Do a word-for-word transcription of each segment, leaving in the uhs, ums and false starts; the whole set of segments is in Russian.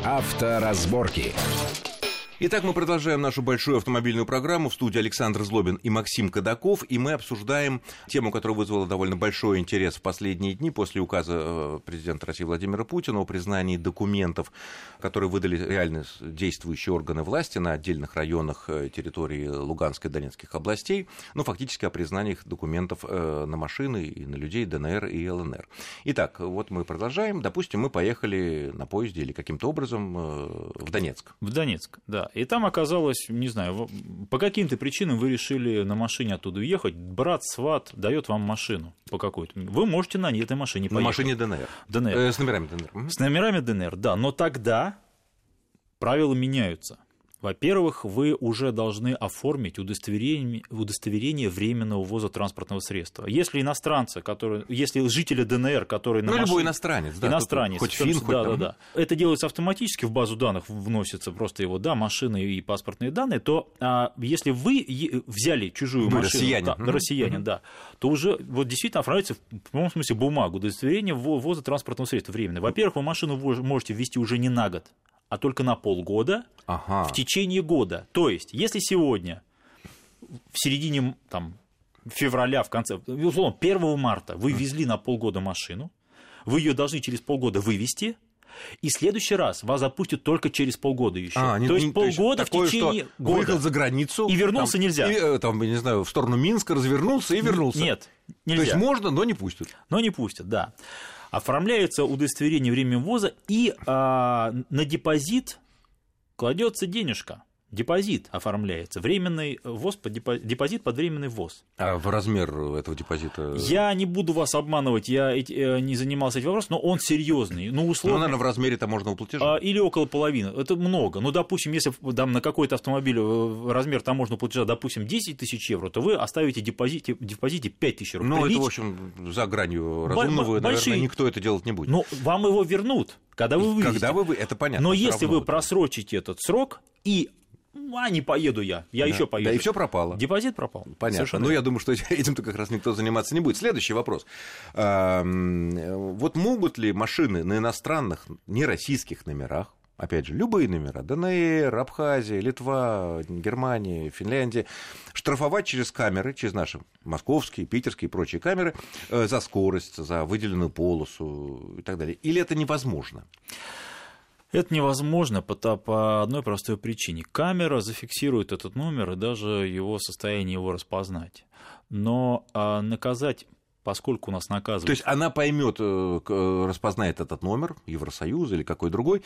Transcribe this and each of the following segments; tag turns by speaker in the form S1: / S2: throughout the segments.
S1: Авторазборки.
S2: Итак, мы продолжаем нашу большую автомобильную программу. В студии Александр Злобин и Максим Кадаков. И мы обсуждаем тему, которая вызвала довольно большой интерес в последние дни после указа президента России Владимира Путина о признании документов, которые выдали реально действующие органы власти на отдельных районах территории Луганской и Донецких областей, но фактически о признании их документов на машины и на людей ДНР и ЛНР. Итак, вот мы продолжаем. Допустим, мы поехали на поезде или каким-то образом в Донецк.
S3: В Донецк, да. И там оказалось, не знаю, по каким-то причинам вы решили на машине оттуда уехать, брат, сват дает вам машину по какой-то. Вы можете на этой машине поехать.
S2: На машине ДНР.
S3: ДНР.
S2: Э, с номерами ДНР.
S3: С номерами ДНР, да. Но тогда правила меняются. Во-первых, вы уже должны оформить удостоверение, удостоверение временного ввоза транспортного средства. Если иностранцы, которые, если жители ДНР, которые на
S2: ну,
S3: машине...
S2: любой иностранец, да.
S3: Иностранец.
S2: Хоть фин, хоть
S3: да,
S2: там...
S3: да, да. Это делается автоматически, в базу данных вносятся просто его, да, машины и паспортные данные, то а, если вы взяли чужую
S2: вы
S3: машину...
S2: Россияне.
S3: Да, mm-hmm. россиянин, mm-hmm. да, то уже вот действительно оформляется, в прямом смысле, бумагу, удостоверение ввоза транспортного средства временное. Во-первых, вы машину можете ввести уже не на год, а только на полгода, ага. в течение года. То есть, если сегодня, в середине там, февраля, в конце, условно, первого марта вы везли на полгода машину, вы ее должны через полгода вывести, и в следующий раз вас запустят только через полгода еще. А, то не, есть полгода то есть в течение
S2: такое,
S3: года.
S2: Выехал за границу.
S3: И вернулся
S2: там,
S3: нельзя.
S2: И, там, я не знаю, в сторону Минска развернулся и вернулся.
S3: Нет, нельзя.
S2: То есть можно, но не пустят.
S3: Но не пустят, да. Оформляется удостоверение временного ввоза, и а, на депозит кладется денежка. Депозит оформляется. Временный ввоз, под депозит под временный ввоз.
S2: А в размер этого депозита?
S3: Я не буду вас обманывать, я не занимался этим вопросом, но он серьезный. Ну, условно,
S2: ну, наверное, в размере-то можно платежа.
S3: Или около половины. Это много. Ну, допустим, если там, на какой-то автомобиль размер таможенного платежа, допустим, десять тысяч евро, то вы оставите в депозите, депозите пять тысяч рублей.
S2: Ну, это, в общем, за гранью разумного, Б- наверное, большие... никто это делать не будет.
S3: Но вам его вернут, когда вы вывезете.
S2: Когда вы, это понятно.
S3: Но если вы просрочите этот срок и а не поеду я, я да, еще поеду.
S2: Да, и все пропало.
S3: Депозит пропал.
S2: Понятно.
S3: Совершенно.
S2: Ну, я думаю, что этим-то как раз никто заниматься не будет. Следующий вопрос. Вот могут ли машины на иностранных, нероссийских номерах, опять же, любые номера, ДНР, Абхазия, Литва, Германия, Финляндия, штрафовать через камеры, через наши московские, питерские и прочие камеры за скорость, за выделенную полосу и так далее? Или это невозможно?
S3: Это невозможно по, по одной простой причине. Камера зафиксирует этот номер и даже его состояние его распознать. Но а, наказать, поскольку у нас наказывают...
S2: То есть она поймет, распознает этот номер Евросоюза или какой другой,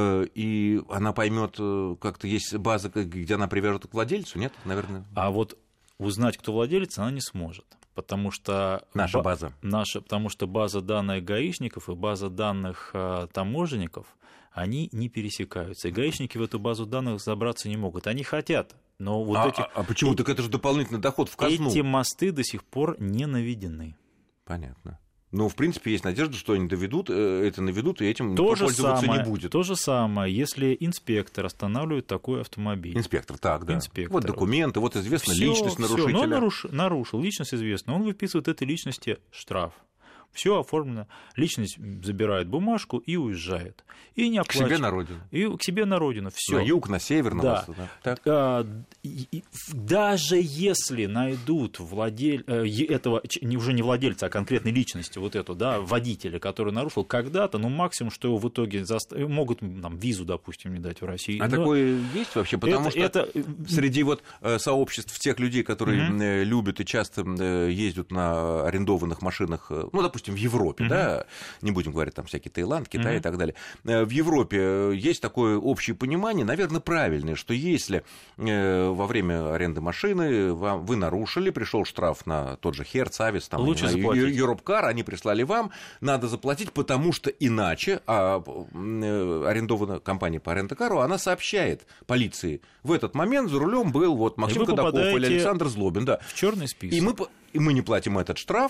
S2: и она поймет, как-то есть база, где она привяжет к владельцу, нет? Наверное.
S3: А вот узнать, кто владелец, она не сможет. Потому что
S2: наша база.
S3: Наша, потому что база данных гаишников и база данных а, таможенников, они не пересекаются. И гаишники в эту базу данных забраться не могут. Они хотят, но вот
S2: а,
S3: эти...
S2: А почему? Так это же дополнительный доход в казну.
S3: Эти мосты до сих пор не наведены.
S2: Понятно. Ну, в принципе, есть надежда, что они доведут, это наведут, и этим
S3: то
S2: никто пользоваться
S3: самое,
S2: не будет.
S3: То же самое, если инспектор останавливает такой автомобиль.
S2: Инспектор, так, да.
S3: Инспектор.
S2: Вот документы, вот известна
S3: всё,
S2: личность нарушителя.
S3: Всё, но он наруш... нарушил, личность известна, он выписывает этой личности штраф. Все оформлено, личность забирает бумажку и уезжает. И не оплачивает.
S2: К себе на родину.
S3: И к себе на родину. Всё.
S2: На юг, на север, на
S3: да.
S2: восток. Да.
S3: А, и, и, даже если найдут владель... этого, уже не владельца, а конкретной личности, вот эту, да, водителя, который нарушил когда-то, ну, максимум, что его в итоге заст... могут там, визу, допустим, не дать в России.
S2: А
S3: но...
S2: такое есть вообще? Потому
S3: это,
S2: что
S3: это...
S2: среди вот сообществ тех людей, которые mm-hmm. любят и часто ездят на арендованных машинах, ну, допустим, в Европе, mm-hmm. да, не будем говорить там всякий Таиланд, Китай mm-hmm. и так далее. В Европе есть такое общее понимание, наверное, правильное, что если во время аренды машины вы нарушили, пришел штраф на тот же Hertz, Avis, там, Europcar, они прислали вам, надо заплатить, потому что иначе а, арендованная компания по рент-кару, она сообщает полиции, в этот момент за рулем был вот Максим Кадаков или Александр Злобин, да.
S3: В черный список.
S2: И мы, и мы не платим этот штраф,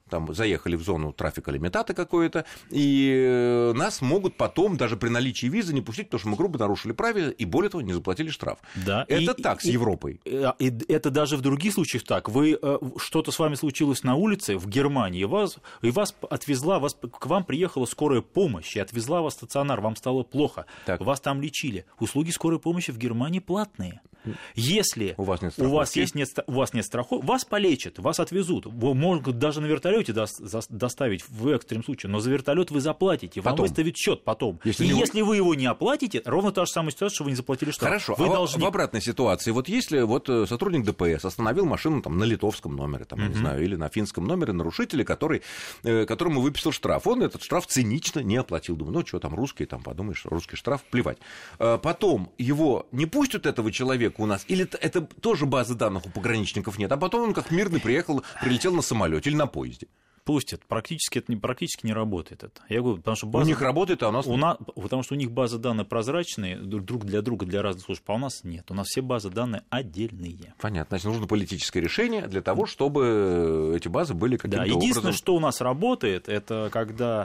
S2: там заехали в зону трафика лимитата какое-то, и нас могут потом, даже при наличии визы, не пустить, потому что мы грубо нарушили правила, и более того, не заплатили штраф.
S3: Да.
S2: Это
S3: и,
S2: так,
S3: и,
S2: с Европой.
S3: И, и это даже в других случаях так. Вы, что-то с вами случилось на улице в Германии, и вас, и вас отвезла, вас, к вам приехала скорая помощь, и отвезла вас в стационар, вам стало плохо, так. вас там лечили. Услуги скорой помощи в Германии платные. Если у вас нет страховки, у вас, есть, нет, у вас нет страховки, вас полечат, вас отвезут. Вы могут даже на вертолете доставить в экстренном случае, но за вертолет вы заплатите, вам потом выставят счет потом. Если и не... если вы его не оплатите, ровно та же самая ситуация, что вы не заплатили штраф.
S2: Хорошо,
S3: вы
S2: а
S3: должны...
S2: в обратной ситуации, вот если вот сотрудник ДПС остановил машину там, на литовском номере, там, mm-hmm. я не знаю, или на финском номере нарушителя, который, э, которому выписал штраф, он этот штраф цинично не оплатил. Думаю, ну что там, русские, там, подумаешь, русский штраф, плевать. А потом его не пустят, этого человека, у нас, или это, это тоже базы данных у пограничников нет, а потом он как мирный приехал, прилетел на самолете или на поезде.
S3: Пустят. Практически это не, практически не работает это. Я говорю, потому что база...
S2: У них работает, а у нас
S3: у на... Потому что у них базы данных прозрачные, друг для друга, для разных служб, а у нас нет. У нас все базы данных отдельные.
S2: Понятно. Значит, нужно политическое решение для того, чтобы эти базы были каким-то
S3: да, единственное,
S2: образом...
S3: что у нас работает, это когда...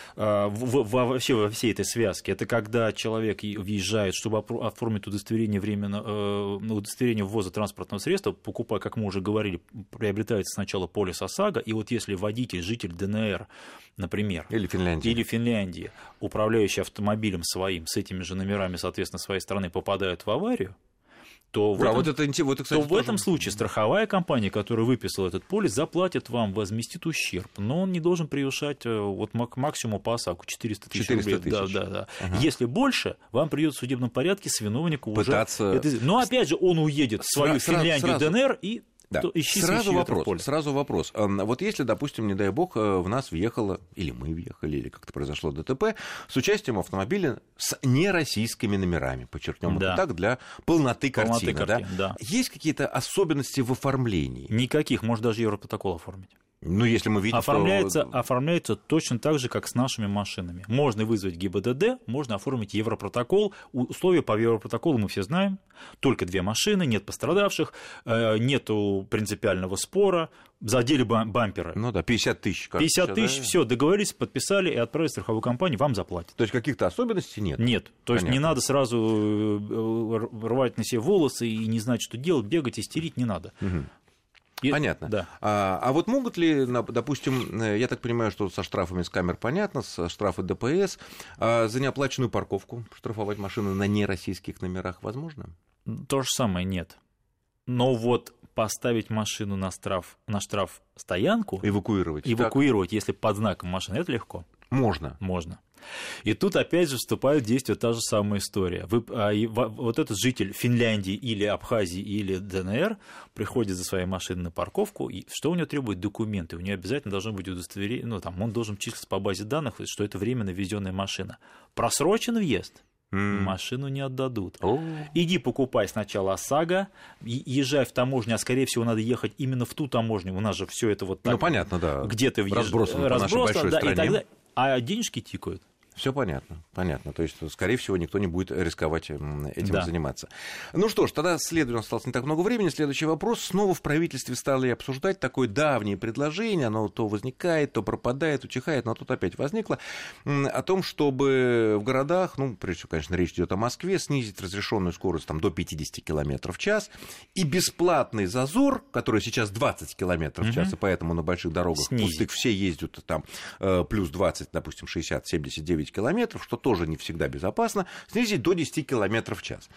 S3: Вообще во всей этой связке, это когда человек въезжает, чтобы оформить удостоверение, временно, удостоверение ввоза транспортного средства, покупая, как мы уже говорили, приобретается сначала полис ОСАГО, и вот если водитель, житель ДНР, например,
S2: или Финляндии.
S3: или Финляндии, управляющий автомобилем своим с этими же номерами, соответственно, своей страны, попадают в аварию, то, в,
S2: да,
S3: этом,
S2: вот это, вот, кстати,
S3: то в этом случае страховая компания, которая выписала этот полис, заплатит вам, возместит ущерб, но он не должен превышать вот, максимум по ОСАГО четыреста тысяч рублей. Да, да, да. Ага. Если больше, вам придется в судебном порядке с виновника
S2: пытаться...
S3: уже... Это... Но опять же, он уедет в свою
S2: сразу,
S3: Финляндию,
S2: сразу.
S3: ДНР и...
S2: Да. Сразу вопрос, сразу вопрос. Вот если, допустим, не дай бог, в нас въехало, или мы въехали, или как-то произошло ДТП, с участием автомобиля с нероссийскими номерами, подчеркнем да. это так, для полноты, полноты картины.
S3: картины
S2: да?
S3: Да.
S2: Есть какие-то особенности в оформлении?
S3: Никаких, можно даже Европротокол оформить.
S2: Ну, если мы видим,
S3: оформляется,
S2: что...
S3: оформляется точно так же, как с нашими машинами. Можно вызвать ГИБДД, можно оформить Европротокол. Условия по Европротоколу мы все знаем. Только две машины, нет пострадавших, нету принципиального спора, задели бамперы.
S2: Ну да, пятьдесят тысяч.
S3: Кажется, пятьдесят тысяч, да? Все, договорились, подписали и отправили в страховую компанию, вам заплатят.
S2: То есть каких-то особенностей нет?
S3: Нет. То Понятно. Есть не надо сразу рвать на себе волосы и не знать, что делать, бегать, истерить не надо.
S2: Угу. И... Понятно.
S3: Да.
S2: А, а вот могут ли, допустим, я так понимаю, что со штрафами с камер понятно, со штрафы ДПС, а за неоплаченную парковку штрафовать машины на нероссийских номерах возможно?
S3: То же самое нет. Но вот поставить машину на штраф, на штраф стоянку,
S2: эвакуировать,
S3: эвакуировать, так. Если под знаком машины, это легко.
S2: Можно.
S3: Можно. И тут опять же вступает в действие та же самая история. Вы, а, и, вот этот житель Финляндии или Абхазии или ДНР приходит за своей машиной на парковку, и что у него требует? Документы. У него обязательно должно быть удостоверение, ну, там, он должен числиться по базе данных, что это временно ввезенная машина. Просрочен въезд. Mm. Машину не отдадут. Oh. Иди покупай сначала ОСАГО, езжай в таможню, а скорее всего надо ехать именно в ту таможню. У нас же все это вот так.
S2: Ну понятно, да.
S3: Где-то въезж...
S2: разбросано, разбросано по нашей большой
S3: да,
S2: стране.
S3: И тогда... А денежки тикают.
S2: Все понятно, понятно. То есть, скорее всего, никто не будет рисковать этим
S3: да.
S2: заниматься. Ну что ж, тогда следует, у нас осталось не так много времени. Следующий вопрос. Снова в правительстве стали обсуждать такое давнее предложение, оно то возникает, то пропадает, утихает, но тут опять возникло, о том, чтобы в городах, ну, прежде всего, конечно, речь идет о Москве, снизить разрешенную скорость там, до пятьдесят километров в час, и бесплатный зазор, который сейчас двадцать километров в час, угу. и поэтому на больших дорогах снизить. Пустых все ездят там плюс двадцать, допустим, шестьдесят семьдесят девять километров, что тоже не всегда безопасно, снизить до десять километров в час.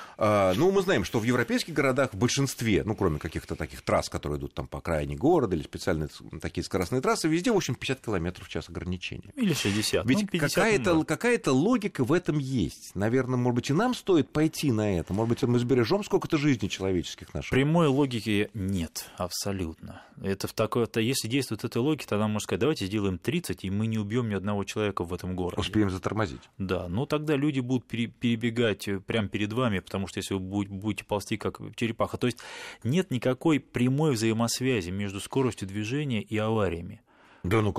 S2: Ну, мы знаем, что в европейских городах в большинстве, ну, кроме каких-то таких трасс, которые идут там по окраине города или специальные такие скоростные трассы, везде, в общем, пятьдесят километров в час ограничения.
S3: Или шестьдесят.
S2: Ведь
S3: ну, пятьдесят,
S2: какая-то,
S3: ну,
S2: какая-то логика в этом есть. Наверное, может быть, и нам стоит пойти на это. Может быть, мы сбережем сколько-то жизней человеческих наших.
S3: Прямой логики нет, абсолютно. Это в такой, то если действует эта логика, тогда можно сказать, давайте сделаем тридцать, и мы не убьем ни одного человека в этом городе.
S2: Успеем затормозить.
S3: Да, но тогда люди будут перебегать прямо перед вами, потому что если вы будете ползти как черепаха, то есть нет никакой прямой взаимосвязи между скоростью движения и авариями.
S2: Да ну как?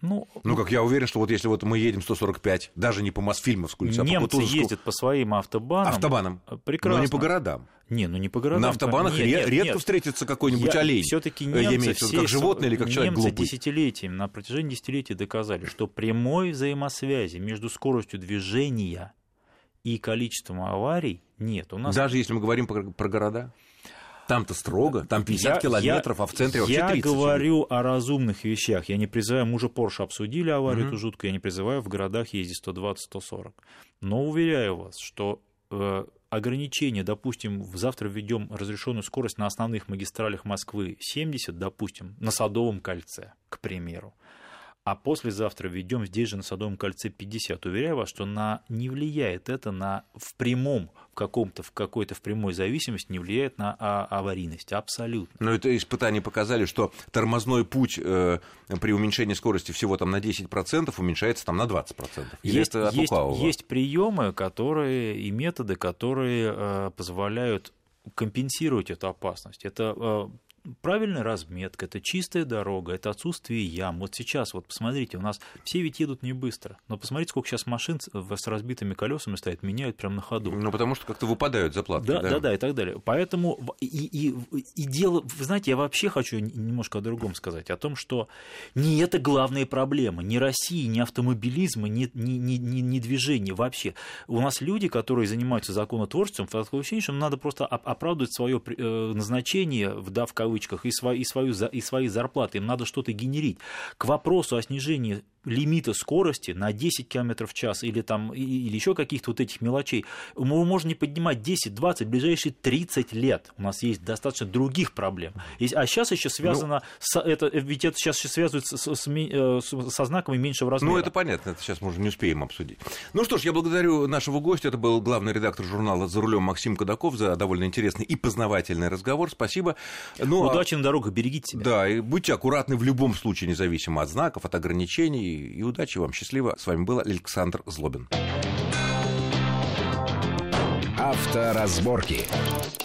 S2: Ну, ну, как я уверен, что вот если вот мы едем сто сорок пять, даже не по Мосфильмовскую, а
S3: немцы
S2: по Кутузовскому...
S3: ездят по своим автобанам.
S2: Автобанам,
S3: прекрасно.
S2: Но не по городам.
S3: Не, ну не по городам.
S2: На автобанах
S3: нет, нет,
S2: редко
S3: нет.
S2: встретится какой-нибудь
S3: я...
S2: олень.
S3: Все-таки немцы,
S2: имеется,
S3: все...
S2: как животное или как человек
S3: немцы
S2: глупый.
S3: десятилетиями, на протяжении десятилетий доказали, что прямой взаимосвязи между скоростью движения и количеством аварий нет. У нас...
S2: Даже если мы говорим про, про города? Там-то строго, там пятьдесят я, километров,
S3: я,
S2: а в центре вообще тридцать.
S3: Я говорю о разумных вещах. Я не призываю, мы уже Порше обсудили аварию
S2: mm-hmm.
S3: эту жуткую, я не призываю в городах ездить сто двадцать - сто сорок. Но уверяю вас, что э, ограничение, допустим, завтра введем разрешенную скорость на основных магистралях Москвы семьдесят, допустим, на Садовом кольце, к примеру. А послезавтра введем здесь же на Садовом кольце пятьдесят. Уверяю вас, что на... не влияет это на в прямом, в каком-то, в какой-то в прямой зависимости не влияет на а, аварийность. Абсолютно.
S2: Но это испытания показали, что тормозной путь э, при уменьшении скорости всего там на десять процентов уменьшается там на двадцать процентов. Или
S3: есть,
S2: это от
S3: есть,
S2: лукавого?
S3: Есть приемы, которые и методы, которые э, позволяют компенсировать эту опасность. Это э, правильная разметка, это чистая дорога, это отсутствие ям. Вот сейчас, вот посмотрите, у нас все ведь едут не быстро, но посмотрите, сколько сейчас машин с разбитыми колесами стоят, меняют прямо на ходу.
S2: Ну, потому что как-то выпадают заплатки.
S3: Да,
S2: да,
S3: да, да, и так далее. Поэтому и, и, и дело, вы знаете, я вообще хочу немножко о другом сказать, о том, что не это главная проблема, ни России, ни автомобилизма, ни, ни, ни, ни, ни движения вообще. У нас люди, которые занимаются законотворчеством, такое ощущение, что надо просто оправдывать свое назначение, да, в кавычках, и, свою, и, свою, и свои зарплаты, им надо что-то генерить. К вопросу о снижении лимита скорости на десять километров в час или, там, или еще каких-то вот этих мелочей, мы можем не поднимать десять, двадцать, ближайшие тридцать лет. У нас есть достаточно других проблем. А сейчас еще связано, ну, с, это, ведь это сейчас еще связывается с, с, со знаками меньшего размера.
S2: Ну, это понятно, это сейчас мы уже не успеем обсудить. Ну что ж, я благодарю нашего гостя, это был главный редактор журнала «За рулем» Максим Кадаков за довольно интересный и познавательный разговор. Спасибо. Ну,
S3: удачи а... на дорогах, берегите себя.
S2: Да, и будьте аккуратны в любом случае, независимо от знаков, от ограничений. И удачи вам, счастливо. С вами был Александр Злобин.
S1: Авторазборки.